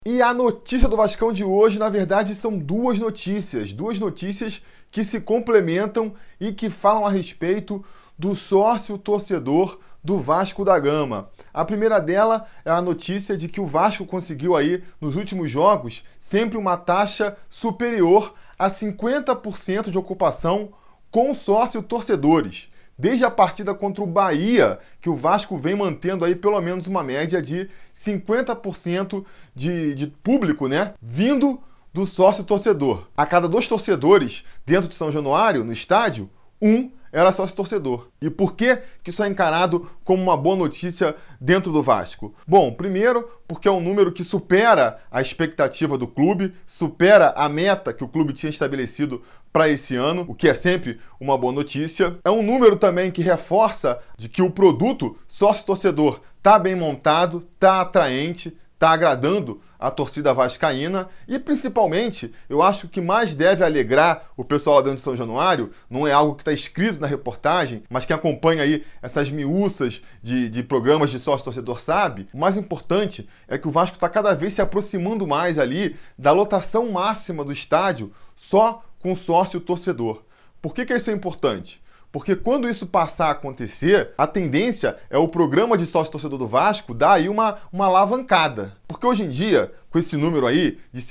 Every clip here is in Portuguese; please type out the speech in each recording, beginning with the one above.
E a notícia do Vascão de hoje, na verdade, são duas notícias que se complementam e que falam a respeito do sócio torcedor do Vasco da Gama. A primeira dela é a notícia de que o Vasco conseguiu aí, nos últimos jogos, sempre uma taxa superior a 50% de ocupação com sócio torcedores. Desde a partida contra o Bahia, que o Vasco vem mantendo aí pelo menos uma média de 50% de público, né, vindo do sócio torcedor. A cada 2 torcedores dentro de São Januário, no estádio, 1 era sócio torcedor. E por que isso é encarado como uma boa notícia dentro do Vasco? Bom, primeiro, porque é um número que supera a expectativa do clube, supera a meta que o clube tinha estabelecido para esse ano, o que é sempre uma boa notícia. É um número também que reforça de que o produto sócio-torcedor está bem montado, está atraente, está agradando a torcida vascaína e, principalmente, eu acho que o que mais deve alegrar o pessoal lá dentro de São Januário não é algo que está escrito na reportagem, mas quem acompanha aí essas miúças de programas de sócio-torcedor sabe. O mais importante é que o Vasco está cada vez se aproximando mais ali da lotação máxima do estádio só com sócio-torcedor. Por que isso é importante? Porque quando isso passar a acontecer, a tendência é o programa de sócio-torcedor do Vasco dar aí uma alavancada. Porque hoje em dia, com esse número aí de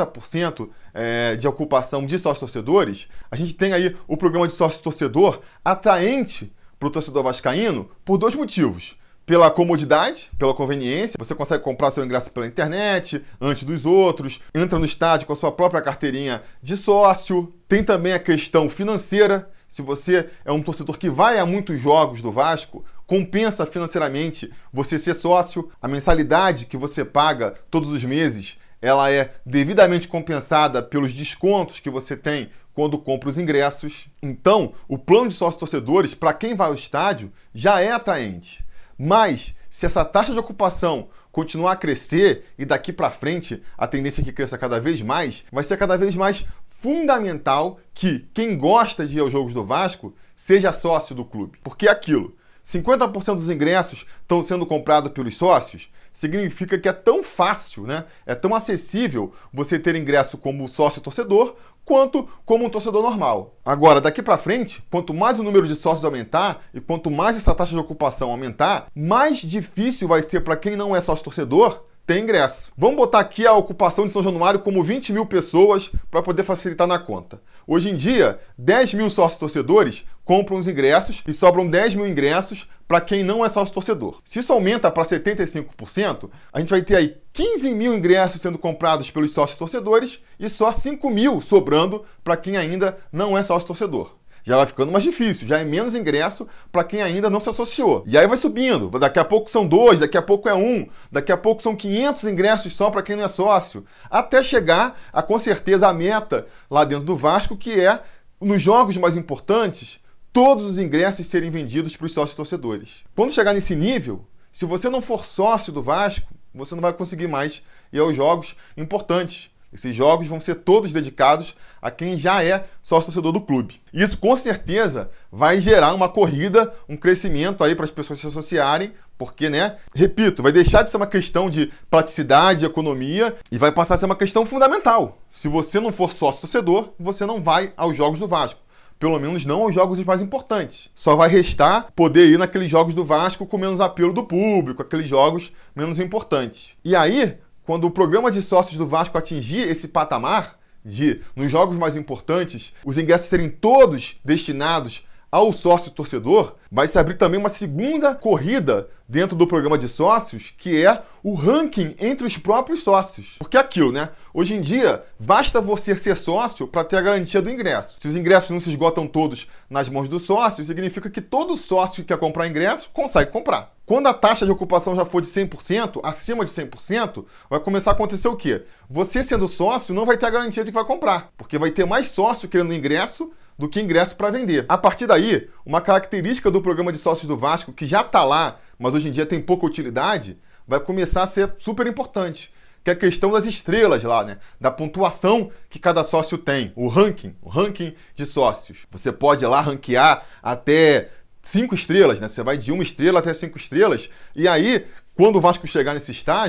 50% de ocupação de sócio-torcedores, a gente tem aí o programa de sócio-torcedor atraente para o torcedor vascaíno por 2 motivos. Pela comodidade, pela conveniência, você consegue comprar seu ingresso pela internet, antes dos outros, entra no estádio com a sua própria carteirinha de sócio. Tem também a questão financeira. Se você é um torcedor que vai a muitos jogos do Vasco, compensa financeiramente você ser sócio. A mensalidade que você paga todos os meses, ela é devidamente compensada pelos descontos que você tem quando compra os ingressos. Então, o plano de sócio-torcedores, para quem vai ao estádio, já é atraente. Mas, se essa taxa de ocupação continuar a crescer e daqui para frente a tendência é que cresça cada vez mais, vai ser cada vez mais fundamental que quem gosta de ir aos jogos do Vasco seja sócio do clube. Porque é aquilo, 50% dos ingressos estão sendo comprados pelos sócios, significa que é tão fácil, né? É tão acessível você ter ingresso como sócio torcedor quanto como um torcedor normal. Agora, daqui para frente, quanto mais o número de sócios aumentar e quanto mais essa taxa de ocupação aumentar, mais difícil vai ser para quem não é sócio torcedor ter ingresso. Vamos botar aqui a ocupação de São Januário como 20 mil pessoas para poder facilitar na conta. Hoje em dia, 10 mil sócios torcedores compram os ingressos e sobram 10 mil ingressos para quem não é sócio torcedor. Se isso aumenta para 75%, a gente vai ter aí 15 mil ingressos sendo comprados pelos sócios torcedores e só 5 mil sobrando para quem ainda não é sócio torcedor. Já vai ficando mais difícil, já é menos ingresso para quem ainda não se associou. E aí vai subindo, daqui a pouco são 2, daqui a pouco é 1, daqui a pouco são 500 ingressos só para quem não é sócio, até chegar a, com certeza, a meta lá dentro do Vasco, que é, nos jogos mais importantes, todos os ingressos serem vendidos para os sócios torcedores. Quando chegar nesse nível, se você não for sócio do Vasco, você não vai conseguir mais ir aos jogos importantes. Esses jogos vão ser todos dedicados a quem já é sócio-torcedor do clube. Isso, com certeza, vai gerar uma corrida, um crescimento aí para as pessoas se associarem, porque, né, repito, vai deixar de ser uma questão de praticidade, economia, e vai passar a ser uma questão fundamental. Se você não for sócio-torcedor, você não vai aos jogos do Vasco. Pelo menos não aos jogos mais importantes. Só vai restar poder ir naqueles jogos do Vasco com menos apelo do público, aqueles jogos menos importantes. E aí, quando o programa de sócios do Vasco atingir esse patamar de, nos jogos mais importantes, os ingressos serem todos destinados ao sócio torcedor, vai se abrir também uma segunda corrida dentro do programa de sócios, que é o ranking entre os próprios sócios. Porque é aquilo, né? Hoje em dia, basta você ser sócio para ter a garantia do ingresso. Se os ingressos não se esgotam todos nas mãos do sócio, significa que todo sócio que quer comprar ingresso consegue comprar. Quando a taxa de ocupação já for de 100%, acima de 100%, vai começar a acontecer o quê? Você sendo sócio não vai ter a garantia de que vai comprar, porque vai ter mais sócio querendo ingresso do que ingresso para vender. A partir daí, uma característica do programa de sócios do Vasco, que já está lá, mas hoje em dia tem pouca utilidade, vai começar a ser super importante, que é a questão das estrelas lá, né? Da pontuação que cada sócio tem, o ranking de sócios. Você pode lá ranquear até 5 estrelas, né? Você vai de 1 estrela até 5 estrelas, e aí, quando o Vasco chegar nesse estágio,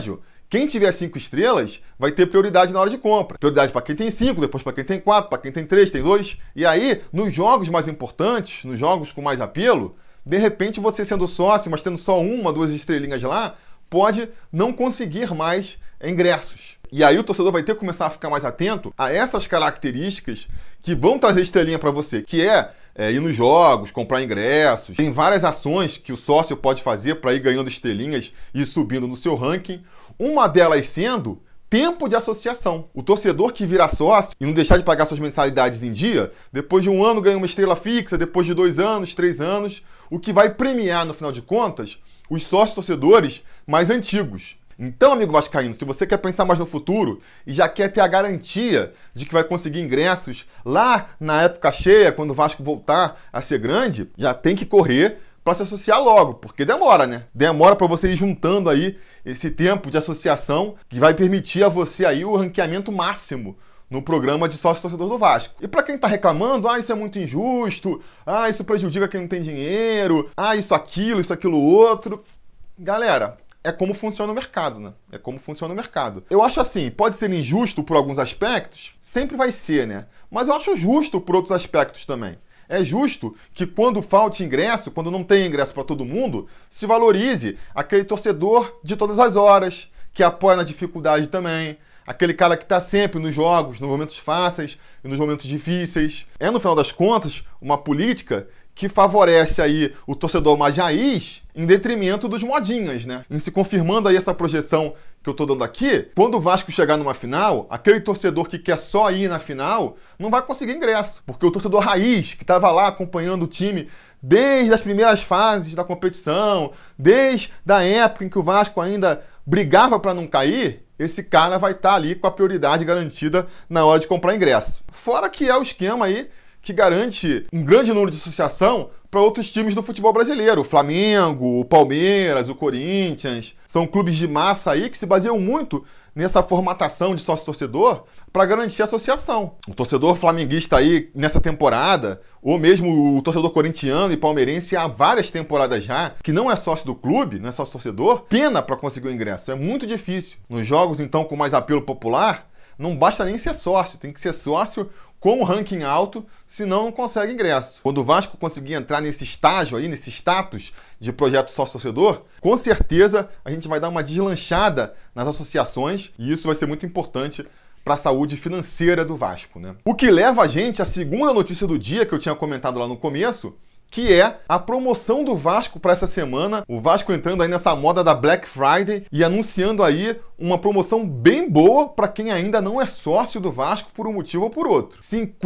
Quem tiver 5 estrelas vai ter prioridade na hora de compra. Prioridade para quem tem 5, depois para quem tem 4, para quem tem 3, tem 2. E aí, nos jogos mais importantes, nos jogos com mais apelo, de repente você sendo sócio, mas tendo só 1, 2 estrelinhas lá, pode não conseguir mais ingressos. E aí o torcedor vai ter que começar a ficar mais atento a essas características que vão trazer estrelinha para você, que é ir nos jogos, comprar ingressos. Tem várias ações que o sócio pode fazer para ir ganhando estrelinhas e ir subindo no seu ranking. Uma delas sendo tempo de associação. O torcedor que vira sócio e não deixar de pagar suas mensalidades em dia, depois de 1 ano ganha uma estrela fixa, depois de 2 anos, 3 anos, o que vai premiar, no final de contas, os sócios torcedores mais antigos. Então, amigo vascaíno, se você quer pensar mais no futuro e já quer ter a garantia de que vai conseguir ingressos lá na época cheia, quando o Vasco voltar a ser grande, já tem que correr para se associar logo, porque demora, né? Demora para você ir juntando aí esse tempo de associação que vai permitir a você aí o ranqueamento máximo no programa de sócio-torcedor do Vasco. E para quem tá reclamando, isso é muito injusto, isso prejudica quem não tem dinheiro, isso aquilo outro. Galera, é como funciona o mercado, né? É como funciona o mercado. Eu acho assim, pode ser injusto por alguns aspectos, sempre vai ser, né? Mas eu acho justo por outros aspectos também. É justo que quando falte ingresso, quando não tem ingresso para todo mundo, se valorize aquele torcedor de todas as horas, que apoia na dificuldade também, aquele cara que está sempre nos jogos, nos momentos fáceis e nos momentos difíceis. É, no final das contas, uma política que favorece aí o torcedor mais raiz em detrimento dos modinhas, né? Em se confirmando aí essa projeção que eu tô dando aqui, quando o Vasco chegar numa final, aquele torcedor que quer só ir na final não vai conseguir ingresso, porque o torcedor raiz que estava lá acompanhando o time desde as primeiras fases da competição, desde a época em que o Vasco ainda brigava para não cair, esse cara vai estar ali com a prioridade garantida na hora de comprar ingresso. Fora que é o esquema aí que garante um grande número de associação para outros times do futebol brasileiro. O Flamengo, o Palmeiras, o Corinthians. São clubes de massa aí que se baseiam muito nessa formatação de sócio-torcedor para garantir a associação. O torcedor flamenguista aí nessa temporada, ou mesmo o torcedor corintiano e palmeirense há várias temporadas já, que não é sócio do clube, não é sócio-torcedor, pena para conseguir o ingresso. É muito difícil. Nos jogos, então, com mais apelo popular, não basta nem ser sócio, tem que ser sócio com um ranking alto, senão não consegue ingresso. Quando o Vasco conseguir entrar nesse estágio aí, nesse status de projeto sócio-torcedor, com certeza a gente vai dar uma deslanchada nas associações e isso vai ser muito importante para a saúde financeira do Vasco, né? O que leva a gente à segunda notícia do dia que eu tinha comentado lá no começo, que é a promoção do Vasco para essa semana. O Vasco entrando aí nessa moda da Black Friday e anunciando aí uma promoção bem boa para quem ainda não é sócio do Vasco por um motivo ou por outro.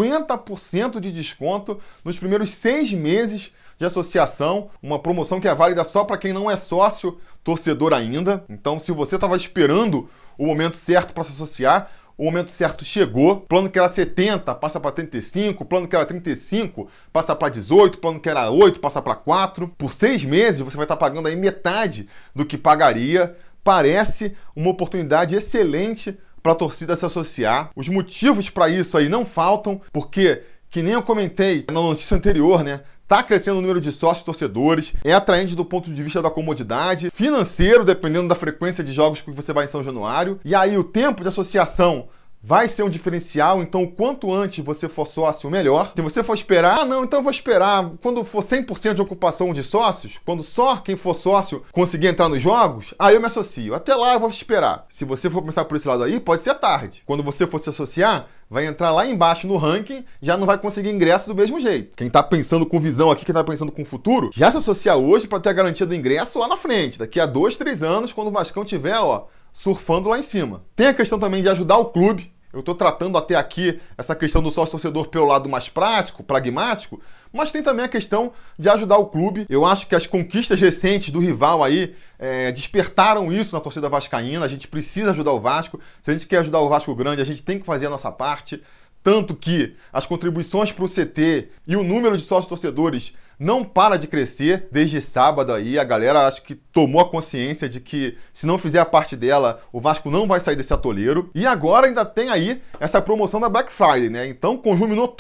50% de desconto nos primeiros 6 meses de associação, uma promoção que é válida só para quem não é sócio torcedor ainda. Então, se você estava esperando o momento certo para se associar, o momento certo chegou. O plano que era 70 passa para 35, o plano que era 35 passa para 18, o plano que era 8 passa para 4. Por 6 meses você vai estar pagando aí metade do que pagaria. Parece uma oportunidade excelente para a torcida se associar. Os motivos para isso aí não faltam, porque, que nem eu comentei na notícia anterior, né? Tá crescendo o número de sócios torcedores, é atraente do ponto de vista da comodidade, financeiro, dependendo da frequência de jogos que você vai em São Januário. E aí o tempo de associação vai ser um diferencial, então quanto antes você for sócio, melhor. Se você for esperar, então eu vou esperar quando for 100% de ocupação de sócios, quando só quem for sócio conseguir entrar nos jogos, aí eu me associo. Até lá eu vou esperar. Se você for pensar por esse lado aí, pode ser tarde. Quando você for se associar, vai entrar lá embaixo no ranking, já não vai conseguir ingresso do mesmo jeito. Quem tá pensando com visão aqui, quem tá pensando com futuro, já se associa hoje para ter a garantia do ingresso lá na frente. Daqui a 2, 3 anos, quando o Vascão tiver, surfando lá em cima. Tem a questão também de ajudar o clube. Eu estou tratando até aqui essa questão do sócio-torcedor pelo lado mais prático, pragmático, mas tem também a questão de ajudar o clube. Eu acho que as conquistas recentes do rival aí despertaram isso na torcida vascaína. A gente precisa ajudar o Vasco. Se a gente quer ajudar o Vasco grande, a gente tem que fazer a nossa parte. Tanto que as contribuições para o CT e o número de sócios-torcedores não para de crescer. Desde sábado aí, a galera acho que tomou a consciência de que se não fizer a parte dela, o Vasco não vai sair desse atoleiro. E agora ainda tem aí essa promoção da Black Friday, né? Então conjuminou tudo.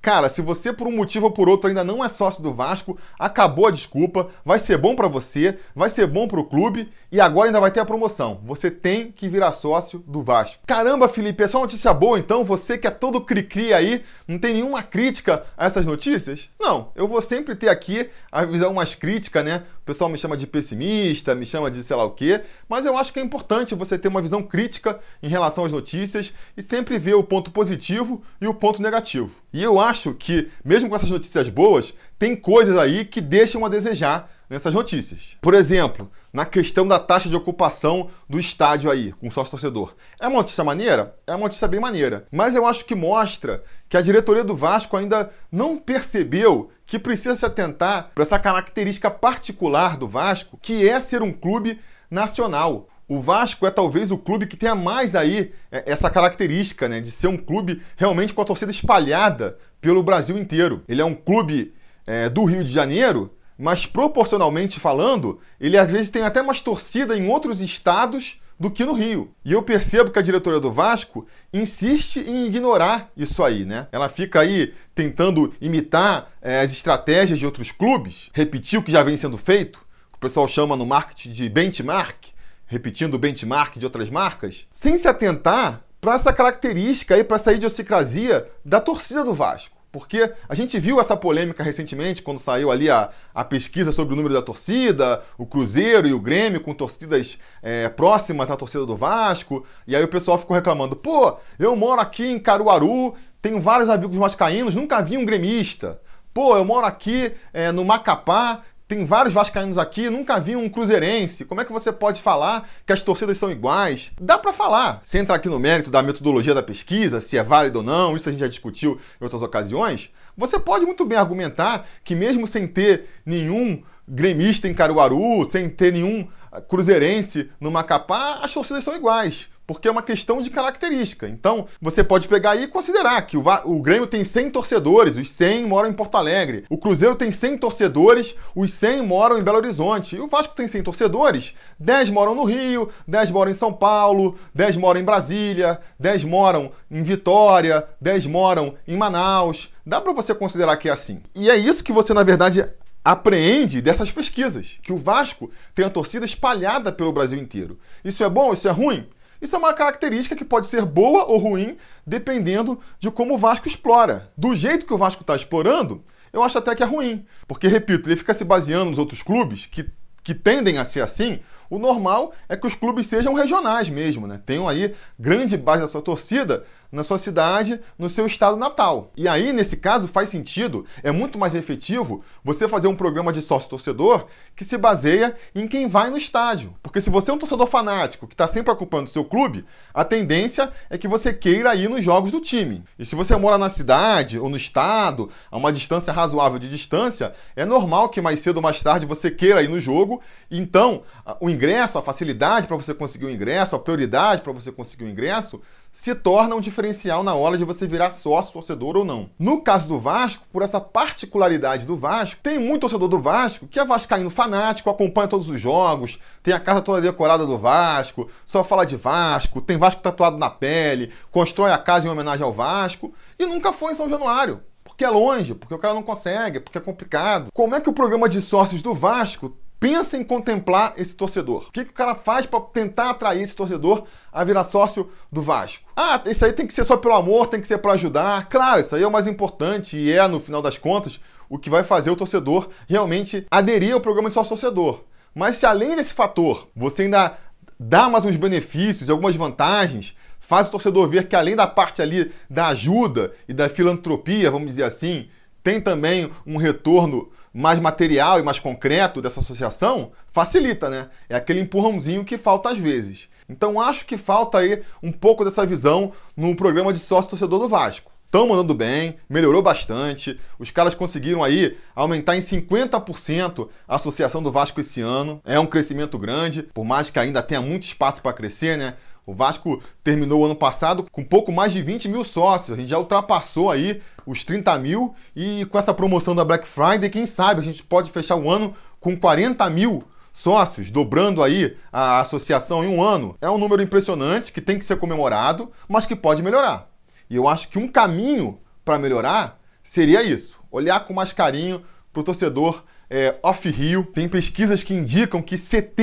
Cara, se você por um motivo ou por outro ainda não é sócio do Vasco, acabou a desculpa, vai ser bom pra você, vai ser bom pro clube e agora ainda vai ter a promoção. Você tem que virar sócio do Vasco. Caramba, Felipe, é só notícia boa então? Você que é todo cri-cri aí, não tem nenhuma crítica a essas notícias? Não, eu vou sempre ter aqui a visão umas críticas, né? O pessoal me chama de pessimista, me chama de sei lá o quê, mas eu acho que é importante você ter uma visão crítica em relação às notícias e sempre ver o ponto positivo e o ponto negativo. E eu acho que, mesmo com essas notícias boas, tem coisas aí que deixam a desejar nessas notícias. Por exemplo, na questão da taxa de ocupação do estádio aí, com sócio-torcedor. É uma notícia maneira? É uma notícia bem maneira. Mas eu acho que mostra que a diretoria do Vasco ainda não percebeu que precisa se atentar para essa característica particular do Vasco, que é ser um clube nacional. O Vasco é talvez o clube que tenha mais aí essa característica, né, de ser um clube realmente com a torcida espalhada pelo Brasil inteiro. Ele é um clube do Rio de Janeiro, mas proporcionalmente falando, ele às vezes tem até mais torcida em outros estados do que no Rio. E eu percebo que a diretoria do Vasco insiste em ignorar isso aí, né? Ela fica aí tentando imitar as estratégias de outros clubes, repetir o que já vem sendo feito, que o pessoal chama no marketing de benchmark, repetindo o benchmark de outras marcas, sem se atentar para essa característica aí, para essa idiosincrasia da torcida do Vasco. Porque a gente viu essa polêmica recentemente, quando saiu ali a pesquisa sobre o número da torcida, o Cruzeiro e o Grêmio com torcidas próximas à torcida do Vasco, e aí o pessoal ficou reclamando, pô, eu moro aqui em Caruaru, tenho vários amigos vascaínos, nunca vi um gremista. Pô, eu moro aqui no Macapá, tem vários vascaínos aqui, nunca vi um cruzeirense. Como é que você pode falar que as torcidas são iguais? Dá pra falar. Sem entrar aqui no mérito da metodologia da pesquisa, se é válido ou não, isso a gente já discutiu em outras ocasiões, você pode muito bem argumentar que mesmo sem ter nenhum gremista em Caruaru, sem ter nenhum cruzeirense no Macapá, as torcidas são iguais. Porque é uma questão de característica. Então, você pode pegar aí e considerar que o Grêmio tem 100 torcedores, os 100 moram em Porto Alegre. O Cruzeiro tem 100 torcedores, os 100 moram em Belo Horizonte. E o Vasco tem 100 torcedores, 10 moram no Rio, 10 moram em São Paulo, 10 moram em Brasília, 10 moram em Vitória, 10 moram em Manaus. Dá para você considerar que é assim. E é isso que você, na verdade, apreende dessas pesquisas, que o Vasco tem a torcida espalhada pelo Brasil inteiro. Isso é bom? Isso é ruim? Isso é uma característica que pode ser boa ou ruim, dependendo de como o Vasco explora. Do jeito que o Vasco está explorando, eu acho até que é ruim. Porque, repito, ele fica se baseando nos outros clubes que tendem a ser assim. O normal é que os clubes sejam regionais mesmo, né? Tenham aí grande base da sua torcida na sua cidade, no seu estado natal. E aí, nesse caso, faz sentido, é muito mais efetivo você fazer um programa de sócio-torcedor que se baseia em quem vai no estádio. Porque se você é um torcedor fanático que está sempre acompanhando o seu clube, a tendência é que você queira ir nos jogos do time. E se você mora na cidade ou no estado, a uma distância razoável de distância, é normal que mais cedo ou mais tarde você queira ir no jogo. Então, o ingresso, a facilidade para você conseguir o ingresso, a prioridade para você conseguir o ingresso, se torna um diferencial na hora de você virar sócio, torcedor ou não. No caso do Vasco, por essa particularidade do Vasco, tem muito torcedor do Vasco que é vascaíno fanático, acompanha todos os jogos, tem a casa toda decorada do Vasco, só fala de Vasco, tem Vasco tatuado na pele, constrói a casa em homenagem ao Vasco e nunca foi em São Januário. Porque é longe, porque o cara não consegue, porque é complicado. Como é que o programa de sócios do Vasco pensa em contemplar esse torcedor? O que o cara faz para tentar atrair esse torcedor a virar sócio do Vasco? Ah, isso aí tem que ser só pelo amor, tem que ser para ajudar. Claro, isso aí é o mais importante e é, no final das contas, o que vai fazer o torcedor realmente aderir ao programa de sócio-torcedor. Mas se além desse fator, você ainda dá mais uns benefícios, algumas vantagens, faz o torcedor ver que além da parte ali da ajuda e da filantropia, vamos dizer assim, tem também um retorno mais material e mais concreto dessa associação, facilita, né? É aquele empurrãozinho que falta às vezes. Então acho que falta aí um pouco dessa visão no programa de sócio-torcedor do Vasco. Estão mandando bem, melhorou bastante, os caras conseguiram aí aumentar em 50% a associação do Vasco esse ano. É um crescimento grande, por mais que ainda tenha muito espaço para crescer, né? O Vasco terminou o ano passado com pouco mais de 20 mil sócios. A gente já ultrapassou aí os 30 mil e com essa promoção da Black Friday, quem sabe a gente pode fechar o ano com 40 mil sócios, dobrando aí a associação em um ano. É um número impressionante que tem que ser comemorado, mas que pode melhorar. E eu acho que um caminho para melhorar seria isso. Olhar com mais carinho para o torcedor off-Rio. Tem pesquisas que indicam que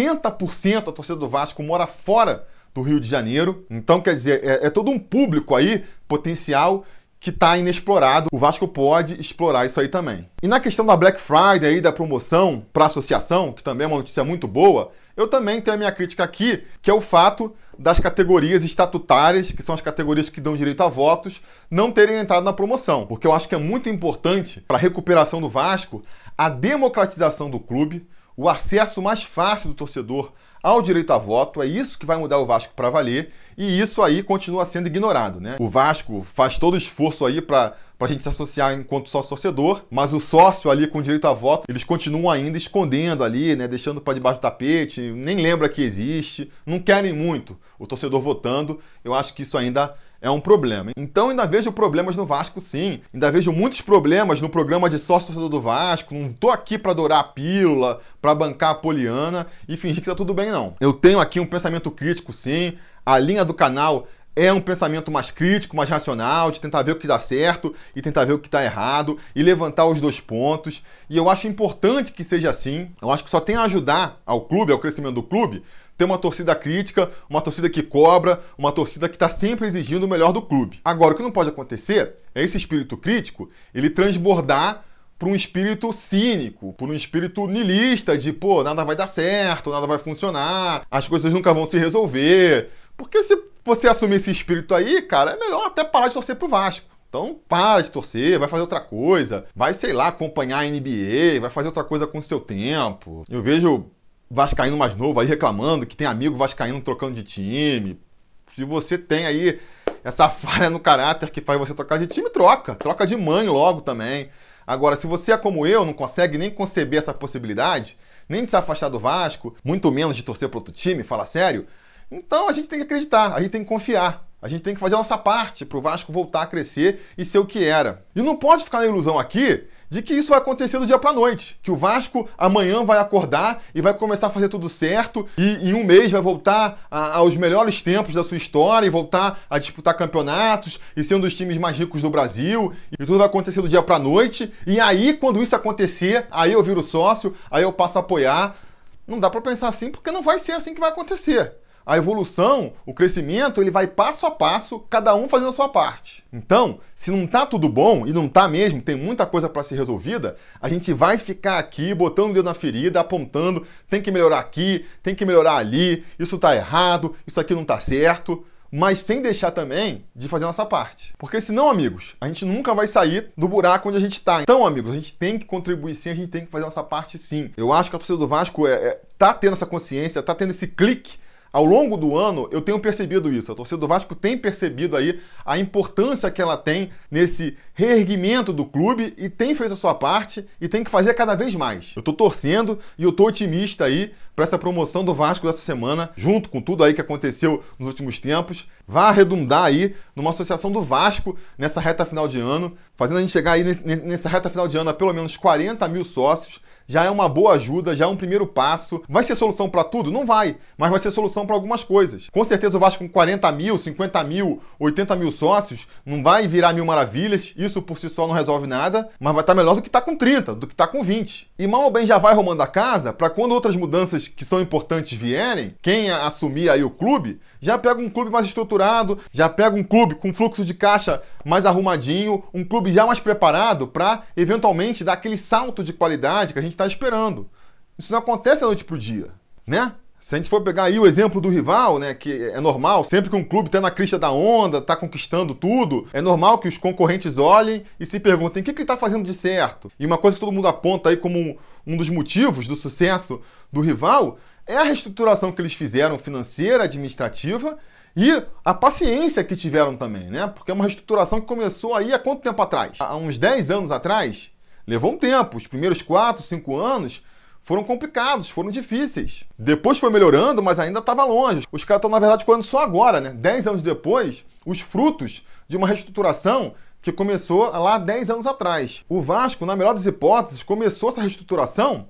70% da torcida do Vasco mora fora do Rio de Janeiro. Então, quer dizer, é todo um público aí, potencial, que está inexplorado. O Vasco pode explorar isso aí também. E na questão da Black Friday aí, da promoção para a associação, que também é uma notícia muito boa, eu também tenho a minha crítica aqui, que é o fato das categorias estatutárias, que são as categorias que dão direito a votos, não terem entrado na promoção. Porque eu acho que é muito importante para a recuperação do Vasco a democratização do clube, o acesso mais fácil do torcedor ao direito a voto. É isso que vai mudar o Vasco para valer, e isso aí continua sendo ignorado, né? O Vasco faz todo o esforço aí para a gente se associar enquanto sócio torcedor, mas o sócio ali com direito a voto, eles continuam ainda escondendo ali, né? Deixando para debaixo do tapete, nem lembra que existe, não querem muito o torcedor votando. Eu acho que isso ainda é um problema. Então ainda vejo problemas no Vasco, sim. Ainda vejo muitos problemas no programa de sócio-torcedor do Vasco. Não tô aqui para adorar a pílula, para bancar a poliana e fingir que tá tudo bem, não. Eu tenho aqui um pensamento crítico, sim. A linha do canal é um pensamento mais crítico, mais racional, de tentar ver o que dá certo e tentar ver o que está errado e levantar os dois pontos. E eu acho importante que seja assim. Eu acho que só tem a ajudar ao clube, ao crescimento do clube, ter uma torcida crítica, uma torcida que cobra, uma torcida que está sempre exigindo o melhor do clube. Agora, o que não pode acontecer é esse espírito crítico, ele transbordar para um espírito cínico, por um espírito niilista de, pô, nada vai dar certo, nada vai funcionar, as coisas nunca vão se resolver. Porque se você assumir esse espírito aí, cara, é melhor até parar de torcer pro Vasco. Então, para de torcer, vai fazer outra coisa, vai, sei lá, acompanhar a NBA, vai fazer outra coisa com o seu tempo. Eu vejo vascaíno mais novo aí reclamando que tem amigo vascaíno trocando de time. Se você tem aí essa falha no caráter que faz você trocar de time, troca de mãe logo também. Agora, se você é como eu, não consegue nem conceber essa possibilidade, nem de se afastar do Vasco, muito menos de torcer para outro time, fala sério, então a gente tem que acreditar, a gente tem que confiar, a gente tem que fazer a nossa parte para o Vasco voltar a crescer e ser o que era. E não pode ficar na ilusão aqui de que isso vai acontecer do dia para a noite, que o Vasco amanhã vai acordar e vai começar a fazer tudo certo e em um mês vai voltar aos melhores tempos da sua história e voltar a disputar campeonatos e ser um dos times mais ricos do Brasil e tudo vai acontecer do dia para a noite. E aí, quando isso acontecer, aí eu viro sócio, aí eu passo a apoiar. Não dá para pensar assim, porque não vai ser assim que vai acontecer. A evolução, o crescimento, ele vai passo a passo, cada um fazendo a sua parte. Então, se não tá tudo bom, e não tá mesmo, tem muita coisa para ser resolvida, a gente vai ficar aqui botando o dedo na ferida, apontando, tem que melhorar aqui, tem que melhorar ali, isso tá errado, isso aqui não tá certo, mas sem deixar também de fazer a nossa parte. Porque senão, amigos, a gente nunca vai sair do buraco onde a gente tá. Então, amigos, a gente tem que contribuir sim, a gente tem que fazer a nossa parte sim. Eu acho que a torcida do Vasco tá tendo essa consciência, tá tendo esse clique. Ao longo do ano, eu tenho percebido isso. A torcida do Vasco tem percebido aí a importância que ela tem nesse reerguimento do clube e tem feito a sua parte e tem que fazer cada vez mais. Eu tô torcendo e eu tô otimista aí para essa promoção do Vasco dessa semana, junto com tudo aí que aconteceu nos últimos tempos, vai arredundar aí numa associação do Vasco nessa reta final de ano, fazendo a gente chegar aí nessa reta final de ano a pelo menos 40 mil sócios. Já é uma boa ajuda, já é um primeiro passo. Vai ser solução para tudo? Não vai, mas vai ser solução para algumas coisas. Com certeza o Vasco com 40 mil, 50 mil, 80 mil sócios não vai virar mil maravilhas, isso por si só não resolve nada, mas vai estar melhor do que está com 30, do que está com 20. E mal ou bem já vai arrumando a casa para quando outras mudanças que são importantes vierem, quem assumir aí o clube, já pega um clube mais estruturado, já pega um clube com fluxo de caixa mais arrumadinho, um clube já mais preparado para eventualmente dar aquele salto de qualidade que a gente está esperando. Isso não acontece da noite pro dia, né? Se a gente for pegar aí o exemplo do rival, né, que é normal, sempre que um clube está na crista da onda, está conquistando tudo, é normal que os concorrentes olhem e se perguntem o que ele está fazendo de certo. E uma coisa que todo mundo aponta aí como um dos motivos do sucesso do rival é a reestruturação que eles fizeram financeira, administrativa e a paciência que tiveram também, né? Porque é uma reestruturação que começou aí há quanto tempo atrás? Há uns 10 anos atrás? Levou um tempo, os primeiros 4, 5 anos foram complicados, foram difíceis. Depois foi melhorando, mas ainda estava longe. Os caras estão, na verdade, colhendo só agora, né? 10 anos depois, os frutos de uma reestruturação que começou lá 10 anos atrás. O Vasco, na melhor das hipóteses, começou essa reestruturação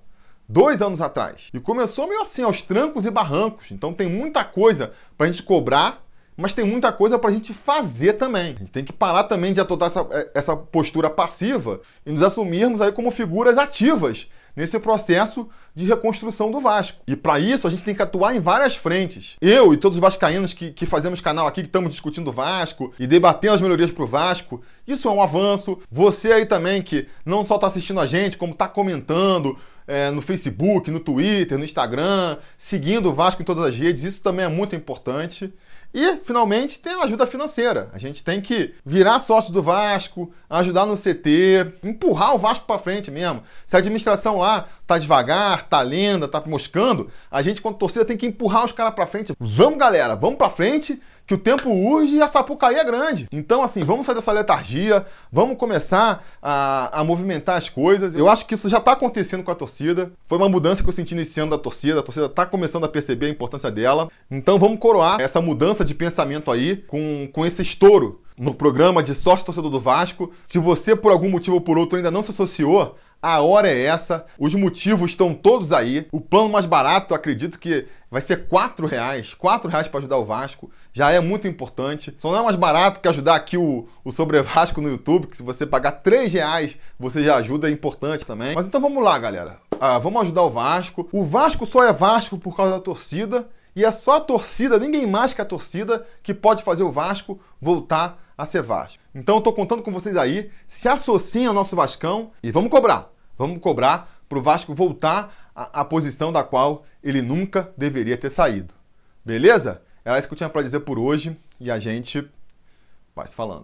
2 anos atrás. E começou meio assim, aos trancos e barrancos. Então tem muita coisa para a gente cobrar, mas tem muita coisa pra gente fazer também. A gente tem que parar também de adotar essa postura passiva e nos assumirmos aí como figuras ativas nesse processo de reconstrução do Vasco. E para isso a gente tem que atuar em várias frentes. Eu e todos os vascaínos que fazemos canal aqui, que estamos discutindo o Vasco e debatendo as melhorias para o Vasco, isso é um avanço. Você aí também que não só está assistindo a gente, como está comentando no Facebook, no Twitter, no Instagram, seguindo o Vasco em todas as redes, isso também é muito importante. E, finalmente, tem a ajuda financeira. A gente tem que virar sócio do Vasco, ajudar no CT, empurrar o Vasco para frente mesmo. Se a administração lá tá devagar, tá lenta, tá moscando, a gente, quanto torcida, tem que empurrar os caras para frente. Vamos, galera, vamos para frente, que o tempo urge e a Sapucaí é grande. Então, assim, vamos sair dessa letargia, vamos começar a movimentar as coisas. Eu acho que isso já está acontecendo com a torcida. Foi uma mudança que eu senti nesse ano da torcida. A torcida está começando a perceber a importância dela. Então, vamos coroar essa mudança de pensamento aí com esse estouro no programa de sócio torcedor do Vasco. Se você, por algum motivo ou por outro, ainda não se associou, a hora é essa, os motivos estão todos aí. O plano mais barato, eu acredito que vai ser R$4. R$4 para ajudar o Vasco, já é muito importante. Só não é mais barato que ajudar aqui o Sobre Vasco no YouTube, que se você pagar R$3, você já ajuda, é importante também. Mas então vamos lá, galera. Vamos ajudar o Vasco. O Vasco só é Vasco por causa da torcida, e é só a torcida, ninguém mais que a torcida, que pode fazer o Vasco voltar a ser Vasco. Então eu tô contando com vocês aí, se associem ao nosso Vascão e vamos cobrar. Vamos cobrar pro Vasco voltar à posição da qual ele nunca deveria ter saído. Beleza? Era isso que eu tinha para dizer por hoje e a gente vai se falando.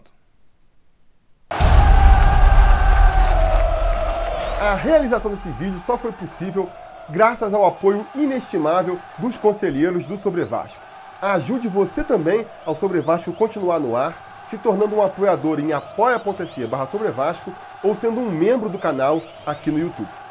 A realização desse vídeo só foi possível graças ao apoio inestimável dos conselheiros do Sobre Vasco. Ajude você também ao Sobre Vasco continuar no ar, se tornando um apoiador em apoia.se/Sobre Vasco ou sendo um membro do canal aqui no YouTube.